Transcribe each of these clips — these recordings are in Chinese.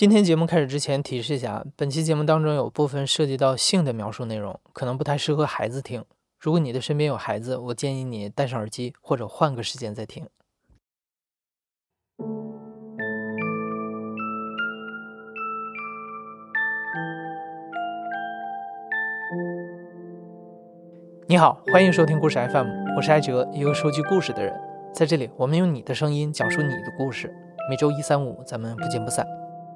今天节目开始之前提示一下，本期节目当中有部分涉及到性的描述内容，可能不太适合孩子听。如果你的身边有孩子，我建议你戴上耳机或者换个时间再听。你好，欢迎收听故事 FM， 我是艾哲，一个收集故事的人。在这里，我们用你的声音讲述你的故事。每周一、三、五，咱们不见不散。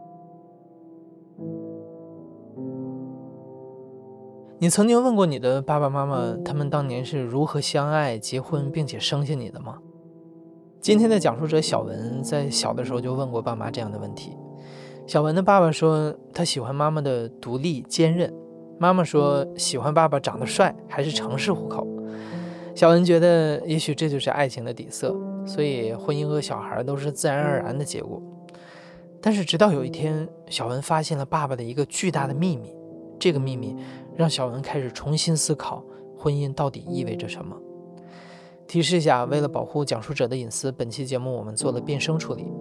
你曾经问过你的爸爸妈妈，他们当年是如何相爱、结婚并且生下你的吗？今天的讲述者小文在小的时候就问过爸妈这样的问题。小文的爸爸说他喜欢妈妈的独立坚韧，妈妈说喜欢爸爸长得帅还是城市户口。小文觉得也许这就是爱情的底色，所以婚姻和小孩都是自然而然的结果。但是直到有一天，小文发现了爸爸的一个巨大的秘密，这个秘密让小文开始重新思考婚姻到底意味着什么。提示一下，为了保护讲述者的隐私，本期节目我们做了变声处理。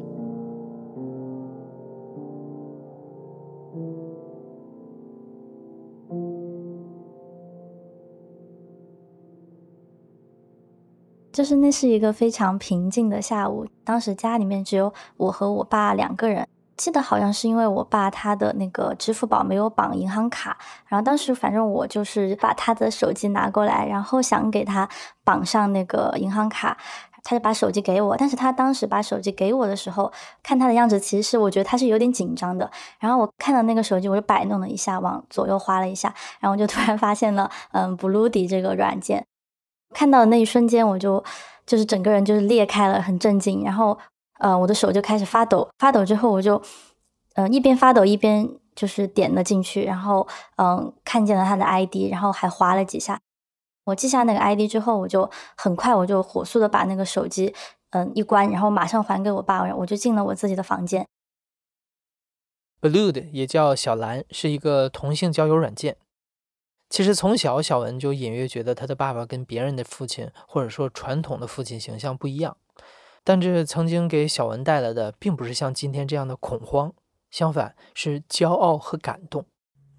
那是一个非常平静的下午，当时家里面只有我和我爸2个人。记得好像是因为我爸他的那个支付宝没有绑银行卡，然后当时反正我就是把他的手机拿过来，然后想给他绑上那个银行卡，他就把手机给我，但是他当时把手机给我的时候，看他的样子，其实我觉得他是有点紧张的。然后我看到那个手机，我就摆弄了一下，往左右滑了一下，然后我就突然发现了Bluedy 这个软件。看到的那一瞬间，我就是整个人就是裂开了，很震惊。然后我的手就开始发抖，发抖之后我就一边发抖一边就是点了进去，然后看见了他的 ID， 然后还滑了几下。我记下那个 ID 之后，我就很快我就火速的把那个手机一关，然后马上还给我爸，我就进了我自己的房间。 Blued 也叫小蓝，是一个同性交友软件。其实从小小文就隐约觉得他的爸爸跟别人的父亲，或者说传统的父亲形象不一样，但这曾经给小文带来的并不是像今天这样的恐慌，相反是骄傲和感动。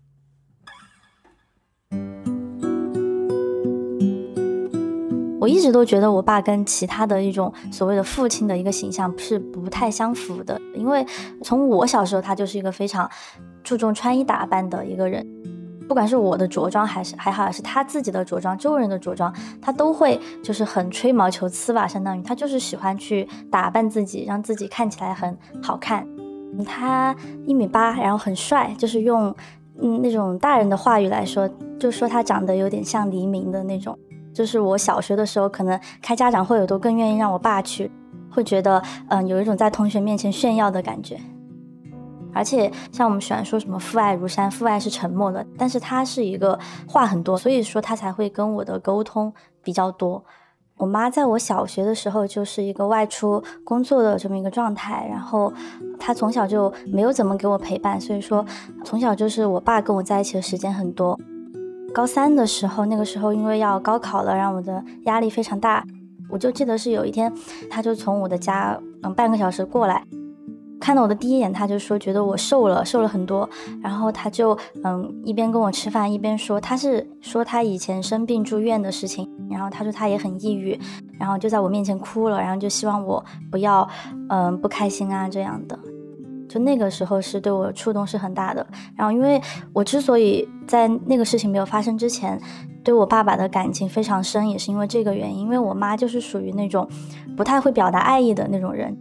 我一直都觉得我爸跟其他的一种所谓的父亲的一个形象是不太相符的，因为从我小时候他就是一个非常注重穿衣打扮的一个人，不管是我的着装还好是他自己的着装，周围人的着装，他都会就是很吹毛求疵吧，相当于他就是喜欢去打扮自己，让自己看起来很好看。他1.8米，然后很帅，就是用那种大人的话语来说，就说他长得有点像黎明的那种。就是我小学的时候可能开家长会我都更愿意让我爸去，会觉得有一种在同学面前炫耀的感觉。而且像我们喜欢说什么父爱如山，父爱是沉默的，但是他是一个话很多，所以说他才会跟我的沟通比较多。我妈在我小学的时候就是一个外出工作的这么一个状态，然后她从小就没有怎么给我陪伴，所以说从小就是我爸跟我在一起的时间很多。高3的时候，那个时候因为要高考了，让我的压力非常大。我就记得是有一天，他就从我的家半个小时过来，看到我的第一眼，他就说觉得我瘦了很多，然后他就一边跟我吃饭一边说，他是说他以前生病住院的事情，然后他说他也很抑郁，然后就在我面前哭了，然后就希望我不要不开心啊这样的。就那个时候是对我触动是很大的。然后因为我之所以在那个事情没有发生之前对我爸爸的感情非常深，也是因为这个原因，因为我妈就是属于那种不太会表达爱意的那种人。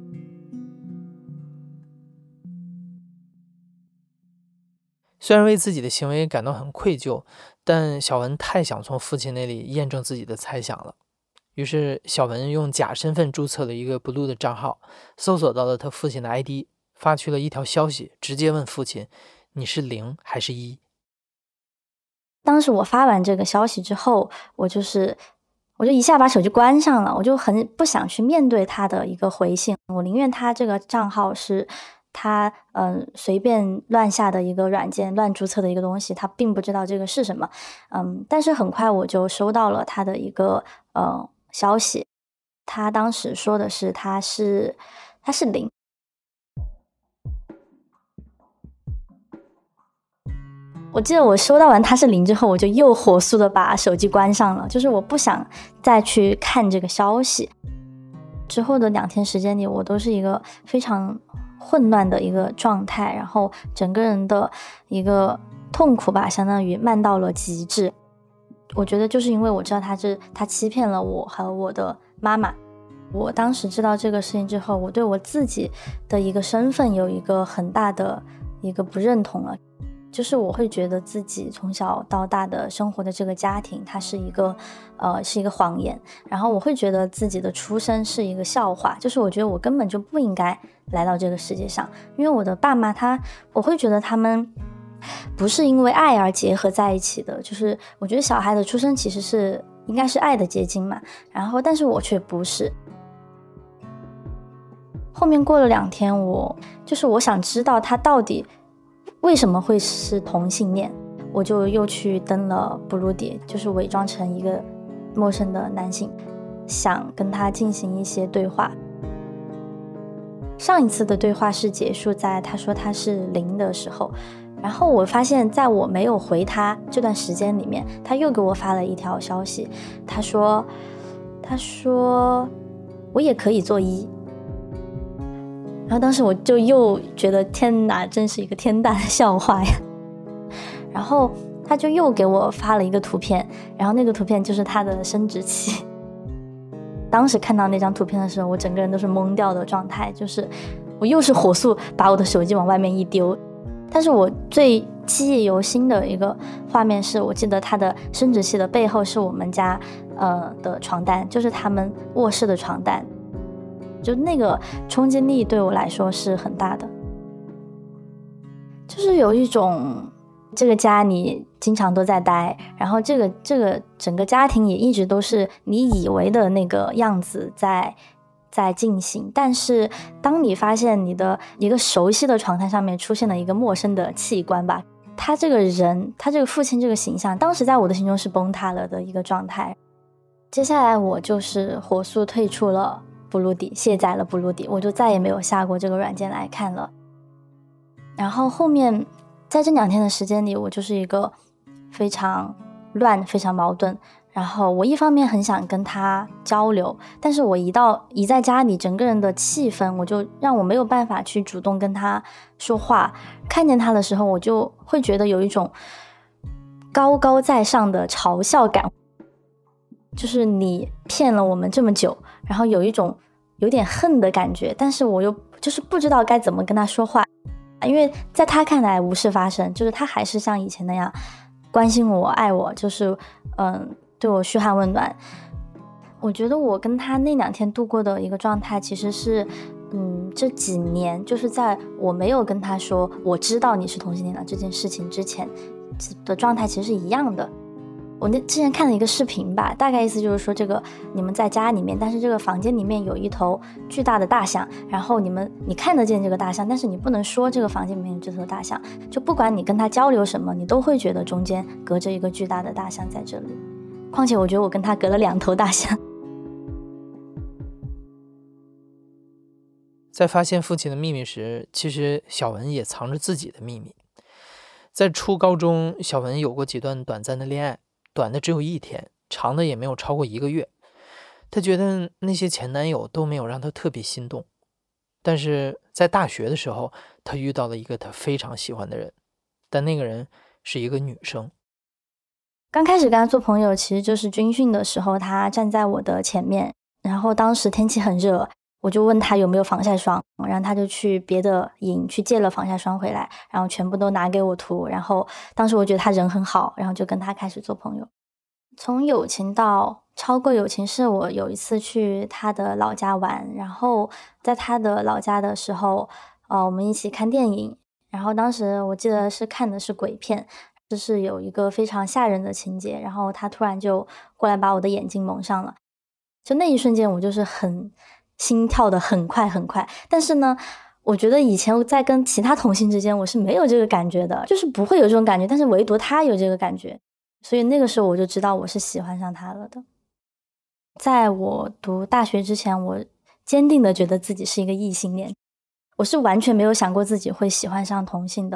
虽然为自己的行为感到很愧疚，但小文太想从父亲那里验证自己的猜想了。于是小文用假身份注册了一个 Blue 的账号，搜索到了他父亲的 ID， 发去了一条消息，直接问父亲，你是0还是1？ 当时我发完这个消息之后，我就一下把手机关上了，我就很不想去面对他的一个回信，我宁愿他这个账号是他随便乱下的一个软件，乱注册的一个东西，他并不知道这个是什么。但是很快我就收到了他的一个消息，他当时说的是他是0。 我记得我收到完他是零之后，我就又火速的把手机关上了，就是我不想再去看这个消息。之后的2天时间里，我都是一个非常混乱的一个状态，然后整个人的一个痛苦吧，相当于慢到了极致。我觉得就是因为我知道他欺骗了我和我的妈妈。我当时知道这个事情之后，我对我自己的一个身份有一个很大的一个不认同了。就是我会觉得自己从小到大的生活的这个家庭，它是一个谎言，然后我会觉得自己的出生是一个笑话，就是我觉得我根本就不应该来到这个世界上，因为我的爸妈我会觉得他们不是因为爱而结合在一起的，就是我觉得小孩的出生其实应该是爱的结晶嘛，然后但是我却不是。后面过了2天，我想知道他到底为什么会是同性恋，我就又去登了布鲁迪，就是伪装成一个陌生的男性，想跟他进行一些对话。上一次的对话是结束在他说他是0的时候，然后我发现在我没有回他这段时间里面，他又给我发了一条消息，他说我也可以做1。然后当时我就又觉得天哪，真是一个天大的笑话呀。然后他就又给我发了一个图片，然后那个图片就是他的生殖器。当时看到那张图片的时候，我整个人都是懵掉的状态，就是我又是火速把我的手机往外面一丢。但是我最记忆犹新的一个画面是，我记得他的生殖器的背后是我们家的床单，就是他们卧室的床单。就那个冲击力对我来说是很大的，就是有一种这个家你经常都在待，然后这个整个家庭也一直都是你以为的那个样子在进行，但是当你发现你的一个熟悉的床单上面出现了一个陌生的器官吧，他这个人，他这个父亲这个形象，当时在我的心中是崩塌了的一个状态。接下来我就是火速退出了布鲁迪，卸载了布鲁迪，我就再也没有下过这个软件来看了。然后后面在这2天的时间里，我就是一个非常乱非常矛盾，然后我一方面很想跟他交流，但是我一在家里，整个人的气氛我就让我没有办法去主动跟他说话。看见他的时候，我就会觉得有一种高高在上的嘲笑感，就是你骗了我们这么久，然后有一种有点恨的感觉，但是我又就是不知道该怎么跟他说话，因为在他看来无事发生，就是他还是像以前那样关心我爱我，就是对我嘘寒问暖。我觉得我跟他那2天度过的一个状态其实是这几年就是在我没有跟他说我知道你是同性恋的这件事情之前的状态其实是一样的。我之前看了一个视频吧，大概意思就是说，这个你们在家里面，但是这个房间里面有一头巨大的大象，然后你看得见这个大象，但是你不能说这个房间里面有这头大象，就不管你跟他交流什么，你都会觉得中间隔着一个巨大的大象在这里。况且我觉得我跟他隔了2头大象。 在发现父亲的秘密时，其实小文也藏着自己的秘密。在初高中，小文有过几段短暂的恋爱，短的只有1天，长的也没有超过1个月。他觉得那些前男友都没有让他特别心动，但是在大学的时候，他遇到了一个他非常喜欢的人，但那个人是一个女生。 刚开始跟他做朋友，其实就是军训的时候，他站在我的前面，然后当时天气很热，我就问他有没有防晒霜，然后他就去别的营去借了防晒霜回来，然后全部都拿给我涂，然后当时我觉得他人很好，然后就跟他开始做朋友。从友情到超过友情，是我有一次去他的老家玩，然后在他的老家的时候我们一起看电影，然后当时我记得是看的是鬼片，就是有一个非常吓人的情节，然后他突然就过来把我的眼睛蒙上了，就那一瞬间我就是心跳的很快很快，但是呢我觉得以前在跟其他同性之间我是没有这个感觉的，就是不会有这种感觉，但是唯独他有这个感觉，所以那个时候我就知道我是喜欢上他了的。在我读大学之前，我坚定的觉得自己是一个异性恋，我是完全没有想过自己会喜欢上同性的。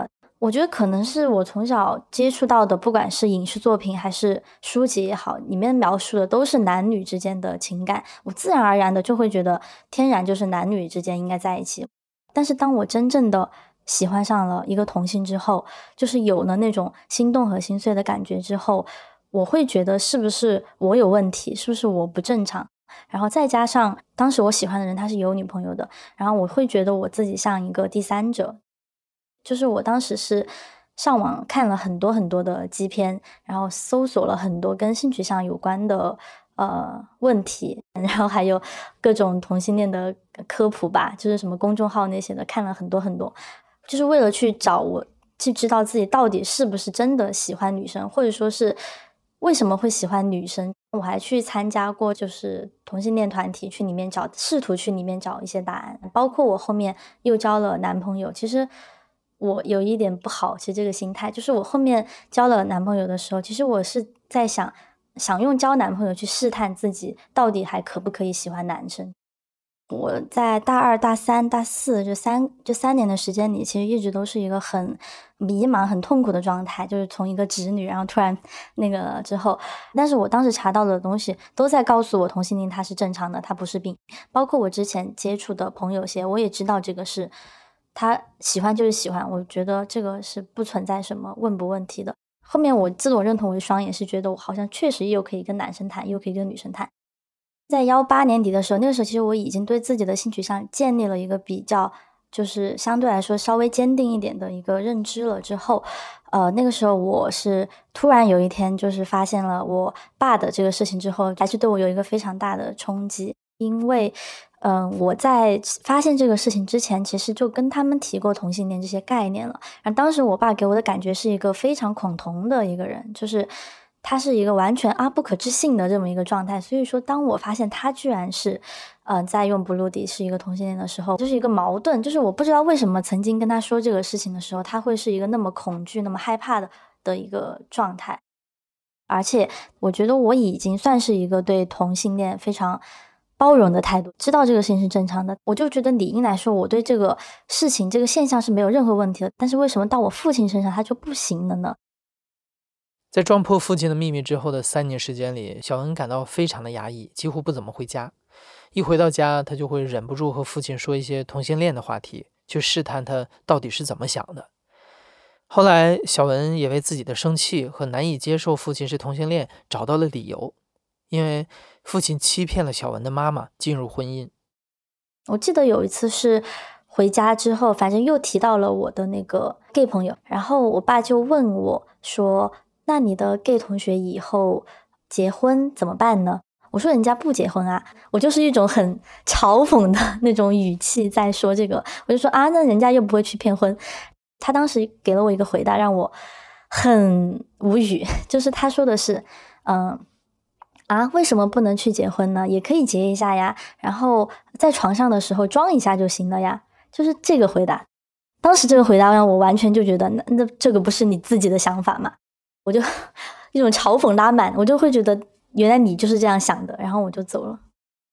我觉得可能是我从小接触到的，不管是影视作品还是书籍也好，里面描述的都是男女之间的情感，我自然而然的就会觉得天然就是男女之间应该在一起。但是当我真正的喜欢上了一个同性之后，就是有了那种心动和心碎的感觉之后，我会觉得是不是我有问题，是不是我不正常，然后再加上当时我喜欢的人他是有女朋友的，然后我会觉得我自己像一个第三者。就是我当时是上网看了很多很多的基片，然后搜索了很多跟性取向有关的问题，然后还有各种同性恋的科普吧，就是什么公众号那些的，看了很多很多，就是为了去知道自己到底是不是真的喜欢女生，或者说是为什么会喜欢女生。我还去参加过就是同性恋团体，试图去里面找一些答案，包括我后面又交了男朋友。其实我有一点不好，其实这个心态就是我后面交了男朋友的时候，其实我是在想用交男朋友去试探自己到底还可不可以喜欢男生。我在大二、大三、大四这三年的时间里，其实一直都是一个很迷茫、很痛苦的状态，就是从一个直女，然后突然那个之后，但是我当时查到的东西都在告诉我同性恋它是正常的，它不是病。包括我之前接触的朋友些，我也知道这个是他喜欢就是喜欢，我觉得这个是不存在什么问不问题的。后面我自我认同为双，也是觉得我好像确实又可以跟男生谈，又可以跟女生谈。在18年底的时候，那个时候其实我已经对自己的性取向建立了一个比较就是相对来说稍微坚定一点的一个认知了之后，那个时候我是突然有一天就是发现了我爸的这个事情之后，还是对我有一个非常大的冲击。因为我在发现这个事情之前，其实就跟他们提过同性恋这些概念了。然后当时我爸给我的感觉是一个非常恐同的一个人，就是他是一个完全不可置信的这么一个状态。所以说当我发现他居然是在用 Blue D 是一个同性恋的时候，就是一个矛盾，就是我不知道为什么曾经跟他说这个事情的时候，他会是一个那么恐惧那么害怕的一个状态。而且我觉得我已经算是一个对同性恋非常包容的态度，知道这个事情是正常的，我就觉得理应来说我对这个事情这个现象是没有任何问题的。但是为什么到我父亲身上他就不行了呢？ 在撞破父亲的秘密之后的3年时间里，小文感到非常的压抑，几乎不怎么回家。一回到家，他就会忍不住和父亲说一些同性恋的话题，去试探他到底是怎么想的。后来，小文也为自己的生气和难以接受父亲是同性恋找到了理由，因为父亲欺骗了小文的妈妈进入婚姻。 我记得有一次是回家之后，反正又提到了我的那个 gay 朋友，然后我爸就问我说，那你的 gay 同学以后结婚怎么办呢？我说人家不结婚啊，我就是一种很嘲讽的那种语气在说这个。我就说那人家又不会去骗婚。他当时给了我一个回答让我很无语，就是他说的是为什么不能去结婚呢？也可以结一下呀，然后在床上的时候装一下就行了呀，就是这个回答。当时这个回答让我完全就觉得那这个不是你自己的想法吗？我就一种嘲讽拉满，我就会觉得原来你就是这样想的，然后我就走了。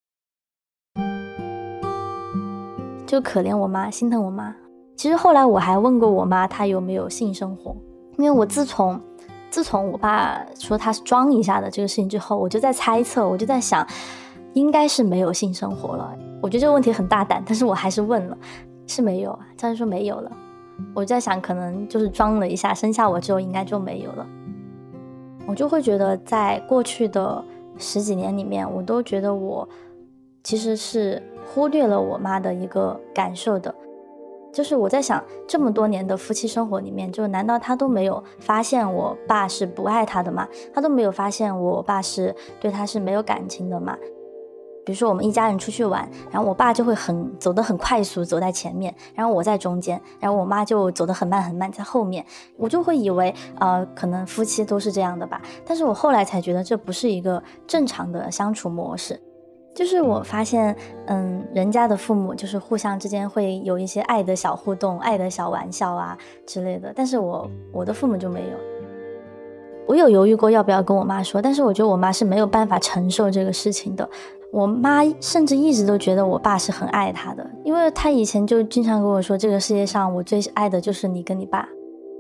就可怜我妈，心疼我妈。其实后来我还问过我妈她有没有性生活，因为我自从我爸说他是装一下的这个事情之后，我就在猜测，我就在想应该是没有性生活了。我觉得这个问题很大胆，但是我还是问了，是没有啊，家人说没有了。我在想可能就是装了一下，生下我之后应该就没有了。我就会觉得在过去的10几年里面，我都觉得我其实是忽略了我妈的一个感受的。就是我在想这么多年的夫妻生活里面，就难道他都没有发现我爸是不爱他的吗？他都没有发现我爸是对他是没有感情的吗？比如说我们一家人出去玩，然后我爸就会走得很快速，走在前面，然后我在中间，然后我妈就走得很慢很慢在后面。我就会以为可能夫妻都是这样的吧，但是我后来才觉得这不是一个正常的相处模式。就是我发现人家的父母就是互相之间会有一些爱的小互动，爱的小玩笑啊之类的，但是我的父母就没有。我有犹豫过要不要跟我妈说，但是我觉得我妈是没有办法承受这个事情的。我妈甚至一直都觉得我爸是很爱她的，因为她以前就经常跟我说，这个世界上我最爱的就是你跟你爸。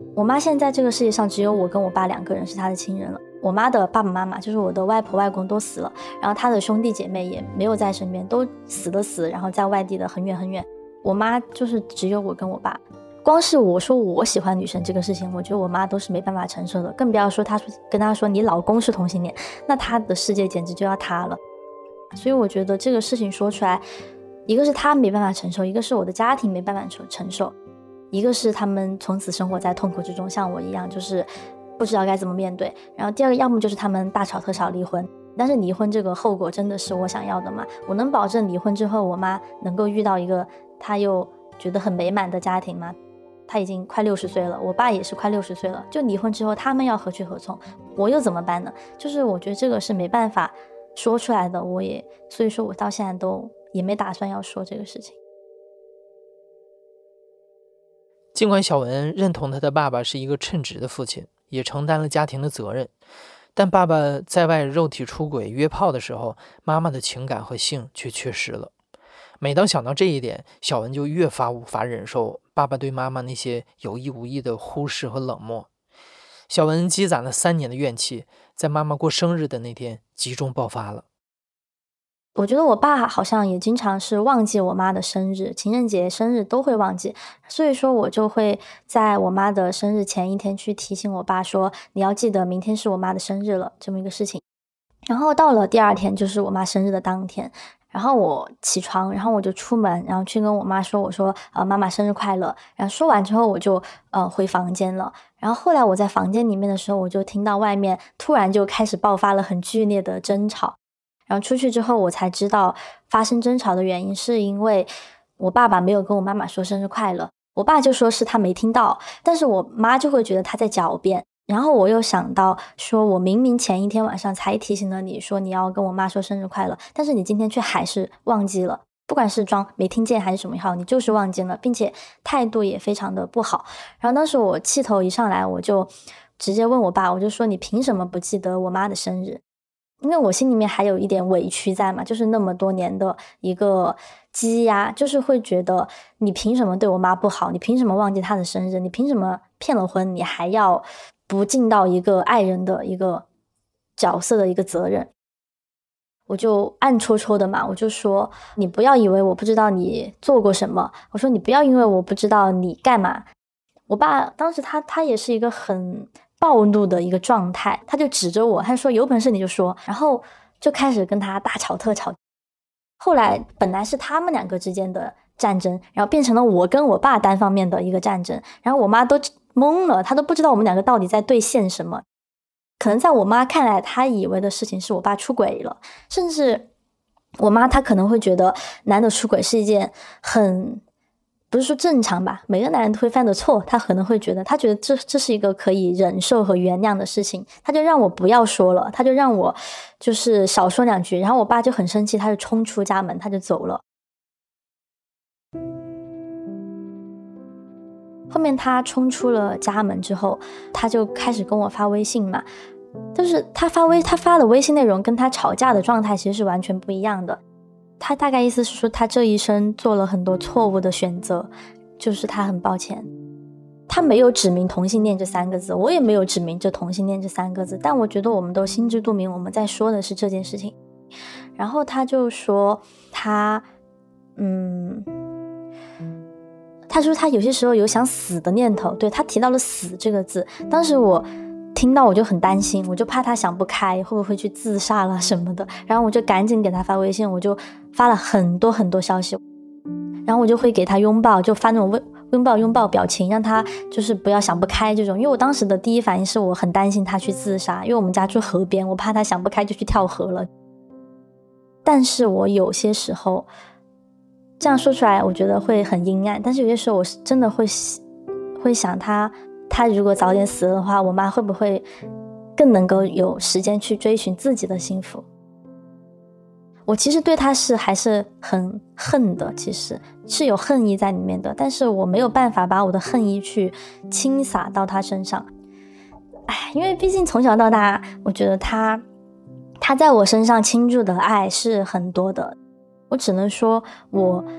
我妈现在这个世界上只有我跟我爸2个人是她的亲人了。我妈的爸爸妈妈，就是我的外婆外公都死了，然后她的兄弟姐妹也没有在身边，都死的死，然后在外地的很远很远。我妈就是只有我跟我爸。光是我说我喜欢女生这个事情，我觉得我妈都是没办法承受的，更不要说她跟她说你老公是同性恋，那她的世界简直就要塌了。所以我觉得这个事情说出来，一个是她没办法承受，一个是我的家庭没办法承受，一个是他们从此生活在痛苦之中，像我一样就是不知道该怎么面对。然后第二个，要么就是他们大吵特吵离婚，但是离婚这个后果真的是我想要的吗？我能保证离婚之后我妈能够遇到一个她又觉得很美满的家庭吗？她已经快60岁了，我爸也是快60岁了，就离婚之后他们要何去何从，我又怎么办呢？就是我觉得这个是没办法说出来的，所以说我到现在都也没打算要说这个事情。 尽管小文认同他的爸爸是一个称职的父亲，也承担了家庭的责任，但爸爸在外肉体出轨约炮的时候，妈妈的情感和性却缺失了。每当想到这一点，小文就越发无法忍受爸爸对妈妈那些有意无意的忽视和冷漠。小文积攒了3年的怨气，在妈妈过生日的那天集中爆发了。 我觉得我爸好像也经常是忘记我妈的生日，情人节、生日都会忘记，所以说我就会在我妈的生日前一天去提醒我爸说，你要记得明天是我妈的生日了，这么一个事情。然后到了第2天，就是我妈生日的当天，然后我起床，然后我就出门，然后去跟我妈说，我说妈妈生日快乐。然后说完之后我就回房间了。然后后来我在房间里面的时候，我就听到外面突然就开始爆发了很剧烈的争吵。然后出去之后我才知道发生争吵的原因是因为我爸爸没有跟我妈妈说生日快乐，我爸就说是他没听到，但是我妈就会觉得他在狡辩。然后我又想到说，我明明前一天晚上才提醒了你说你要跟我妈说生日快乐，但是你今天却还是忘记了，不管是装没听见还是什么也好，你就是忘记了，并且态度也非常的不好。然后当时我气头一上来，我就直接问我爸，我就说你凭什么不记得我妈的生日？因为我心里面还有一点委屈在嘛，就是那么多年的一个积压，就是会觉得你凭什么对我妈不好，你凭什么忘记她的生日，你凭什么骗了婚，你还要不尽到一个爱人的一个角色的一个责任。我就暗戳戳的嘛，我就说你不要以为我不知道你做过什么，我说你不要因为我不知道你干嘛。我爸当时他也是一个很暴怒的一个状态，他就指着我，他说有本事你就说，然后就开始跟他大吵特吵。后来本来是他们2个之间的战争，然后变成了我跟我爸单方面的一个战争，然后我妈都懵了，她都不知道我们2个到底在对线什么。可能在我妈看来，她以为的事情是我爸出轨了，甚至我妈她可能会觉得男的出轨是一件不是说正常吧，每个男人都会犯的错，他可能会觉得，他觉得这是一个可以忍受和原谅的事情，他就让我不要说了，他就让我就是少说2句，然后我爸就很生气，他就冲出家门，他就走了。后面他冲出了家门之后，他就开始跟我发微信嘛，就是他发的微信内容跟他吵架的状态其实是完全不一样的。他大概意思是说他这一生做了很多错误的选择，就是他很抱歉。他没有指明同性恋这3个字，我也没有指明这同性恋这3个字，但我觉得我们都心知肚明，我们在说的是这件事情。然后他就说他说他有些时候有想死的念头，对，他提到了死这个字，当时我听到我就很担心，我就怕他想不开会不会去自杀了什么的，然后我就赶紧给他发微信，我就发了很多很多消息，然后我就会给他拥抱，就发那种拥抱表情，让他就是不要想不开这种。因为我当时的第一反应是我很担心他去自杀，因为我们家住河边，我怕他想不开就去跳河了。但是我有些时候这样说出来我觉得会很阴暗，但是有些时候我是真的会想他如果早点死了的话，我妈会不会更能够有时间去追寻自己的幸福。我其实对他还是很恨的，其实是有恨意在里面的，但是我没有办法把我的恨意去倾洒到他身上。因为毕竟从小到大我觉得他在我身上倾注的爱是很多的，我只能说我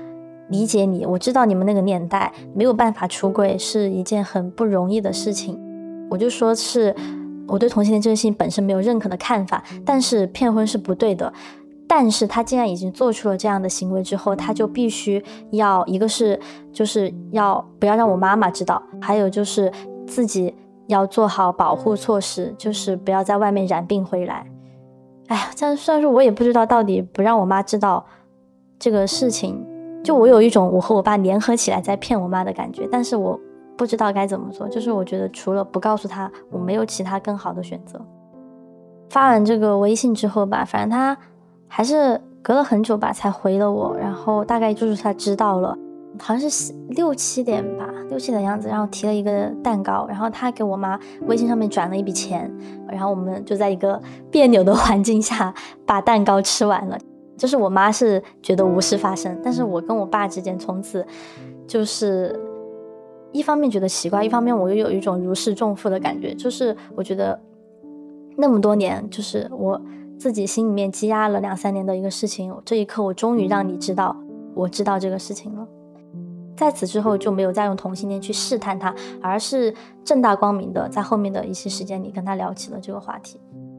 理解你，我知道你们那个年代没有办法出柜是一件很不容易的事情。我就说是我对同性恋这件事情本身没有任何的看法，但是骗婚是不对的。但是他既然已经做出了这样的行为之后，他就必须要一个是就是要不要让我妈妈知道，还有就是自己要做好保护措施，就是不要在外面染病回来。哎呀，这样虽然说我也不知道到底不让我妈知道这个事情，就我有一种我和我爸联合起来在骗我妈的感觉，但是我不知道该怎么做，就是我觉得除了不告诉他，我没有其他更好的选择。发完这个微信之后吧，反正他还是隔了很久吧才回了我，然后大概就是他知道了，好像是6、7点吧，6、7点的样子，然后提了一个蛋糕，然后他给我妈微信上面转了一笔钱，然后我们就在一个别扭的环境下把蛋糕吃完了。就是我妈是觉得无事发生，但是我跟我爸之间从此就是一方面觉得奇怪，一方面我又有一种如释重负的感觉，就是我觉得那么多年就是我自己心里面积压了2、3年的一个事情，这一刻我终于让你知道我知道这个事情了。在此之后就没有再用同性恋去试探他，而是正大光明的在后面的一些时间里跟他聊起了这个话题。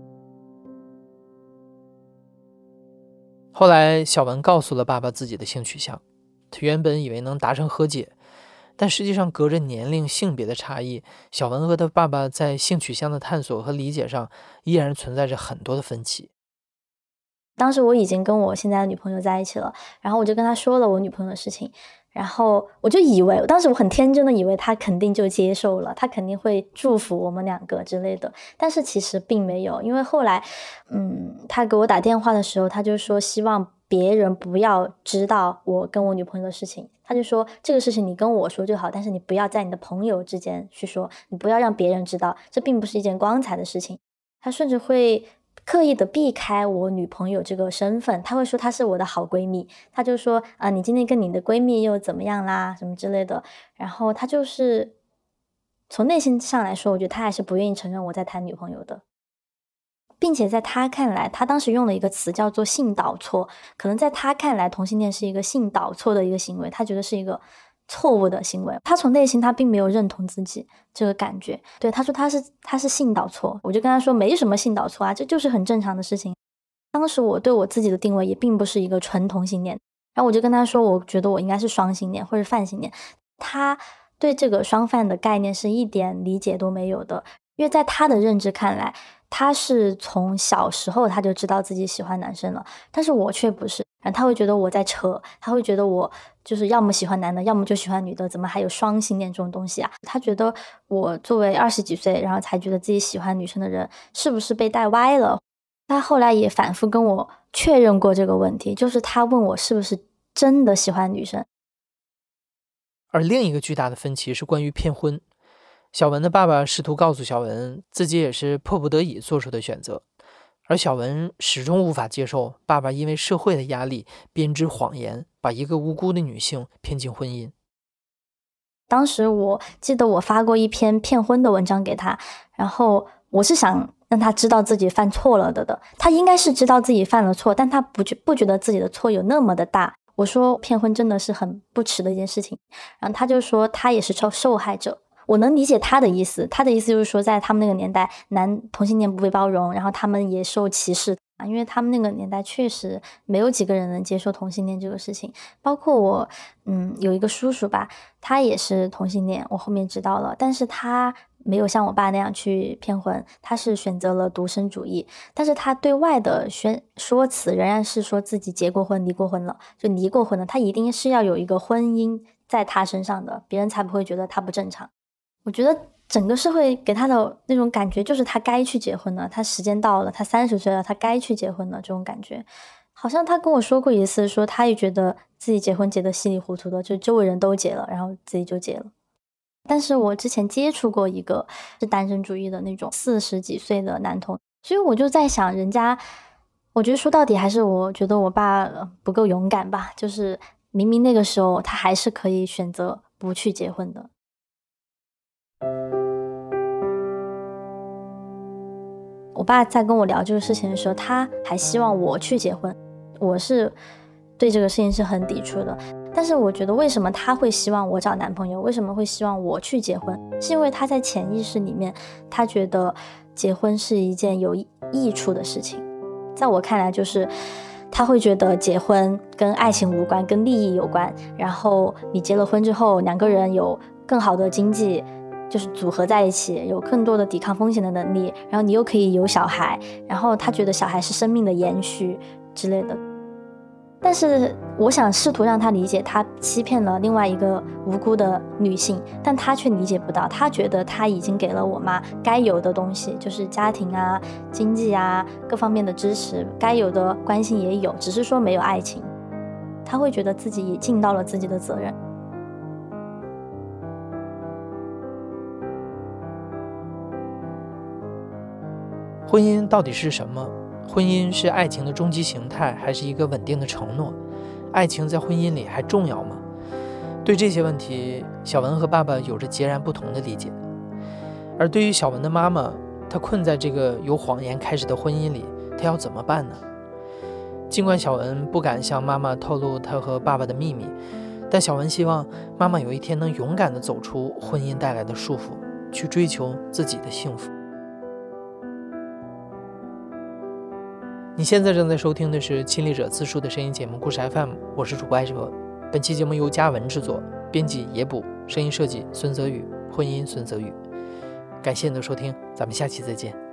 后来小文告诉了爸爸自己的性取向，他原本以为能达成和解，但实际上隔着年龄性别的差异，小文和他爸爸在性取向的探索和理解上依然存在着很多的分歧。 当时我已经跟我现在的女朋友在一起了，然后我就跟他说了我女朋友的事情，然后我就以为，当时我很天真的以为他肯定就接受了，他肯定会祝福我们2个之类的，但是其实并没有。因为后来他给我打电话的时候，他就说希望别人不要知道我跟我女朋友的事情，他就说这个事情你跟我说就好，但是你不要在你的朋友之间去说，你不要让别人知道，这并不是一件光彩的事情。他甚至会刻意的避开我女朋友这个身份，他会说她是我的好闺蜜，他就说你今天跟你的闺蜜又怎么样啦什么之类的，然后他就是从内心上来说，我觉得他还是不愿意承认我在谈女朋友的，并且在他看来，他当时用了一个词叫做性导错，可能在他看来同性恋是一个性导错的一个行为，他觉得是一个错误的行为，他从内心他并没有认同自己这个感觉。对，他说他是性导错，我就跟他说没什么性导错啊，这就是很正常的事情。当时我对我自己的定位也并不是一个纯同性恋，然后我就跟他说我觉得我应该是双性恋或者泛性恋，他对这个双泛的概念是一点理解都没有的，因为在他的认知看来，他是从小时候他就知道自己喜欢男生了，但是我却不是，然后他会觉得我在扯，他会觉得我就是要么喜欢男的，要么就喜欢女的，怎么还有双性恋这种东西啊？他觉得我作为20几岁，然后才觉得自己喜欢女生的人，是不是被带歪了？他后来也反复跟我确认过这个问题，就是他问我是不是真的喜欢女生。 而另一个巨大的分歧是关于骗婚。小文的爸爸试图告诉小文，自己也是迫不得已做出的选择，而小文始终无法接受爸爸因为社会的压力编织谎言，把一个无辜的女性骗进婚姻。 当时我记得我发过一篇骗婚的文章给他，然后我是想让他知道自己犯错了的，他应该是知道自己犯了错，但他不觉得自己的错有那么的大。我说骗婚真的是很不耻的一件事情，然后他就说他也是受害者。我能理解他的意思，他的意思就是说在他们那个年代男同性恋不被包容，然后他们也受歧视，因为他们那个年代确实没有几个人能接受同性恋这个事情。包括我有一个叔叔吧，他也是同性恋，我后面知道了，但是他没有像我爸那样去骗婚，他是选择了独身主义，但是他对外的说辞仍然是说自己结过婚离过婚了，就离过婚了，他一定是要有一个婚姻在他身上的，别人才不会觉得他不正常。我觉得整个社会给他的那种感觉就是他该去结婚了，他时间到了，他30岁了，他该去结婚了，这种感觉。好像他跟我说过一次，说他也觉得自己结婚结得稀里糊涂的，就周围人都结了，然后自己就结了。但是我之前接触过一个是单身主义的那种40几岁的男同，所以我就在想人家，我觉得说到底还是我觉得我爸不够勇敢吧，就是明明那个时候他还是可以选择不去结婚的。我爸在跟我聊这个事情的时候，他还希望我去结婚，我是对这个事情是很抵触的。 但是我觉得为什么他会希望我找男朋友，为什么会希望我去结婚，是因为他在潜意识里面，他觉得结婚是一件有益处的事情。在我看来，就是他会觉得结婚跟爱情无关，跟利益有关，然后你结了婚之后，两个人有更好的经济就是组合在一起，有更多的抵抗风险的能力，然后你又可以有小孩，然后他觉得小孩是生命的延续之类的。但是我想试图让他理解，他欺骗了另外一个无辜的女性，但他却理解不到，他觉得他已经给了我妈该有的东西，就是家庭啊、经济啊各方面的支持，该有的关心也有，只是说没有爱情。他会觉得自己也尽到了自己的责任。 婚姻到底是什么？婚姻是爱情的终极形态，还是一个稳定的承诺？爱情在婚姻里还重要吗？对这些问题，小文和爸爸有着截然不同的理解。而对于小文的妈妈，她困在这个由谎言开始的婚姻里，她要怎么办呢？尽管小文不敢向妈妈透露她和爸爸的秘密，但小文希望妈妈有一天能勇敢地走出婚姻带来的束缚，去追求自己的幸福。你现在正在收听的是亲历者自述的声音节目故事 FM， 我是主播艾哲。本期节目由嘉文制作，编辑野捕，声音设计孙泽宇，混音孙泽宇。感谢你的收听，咱们下期再见。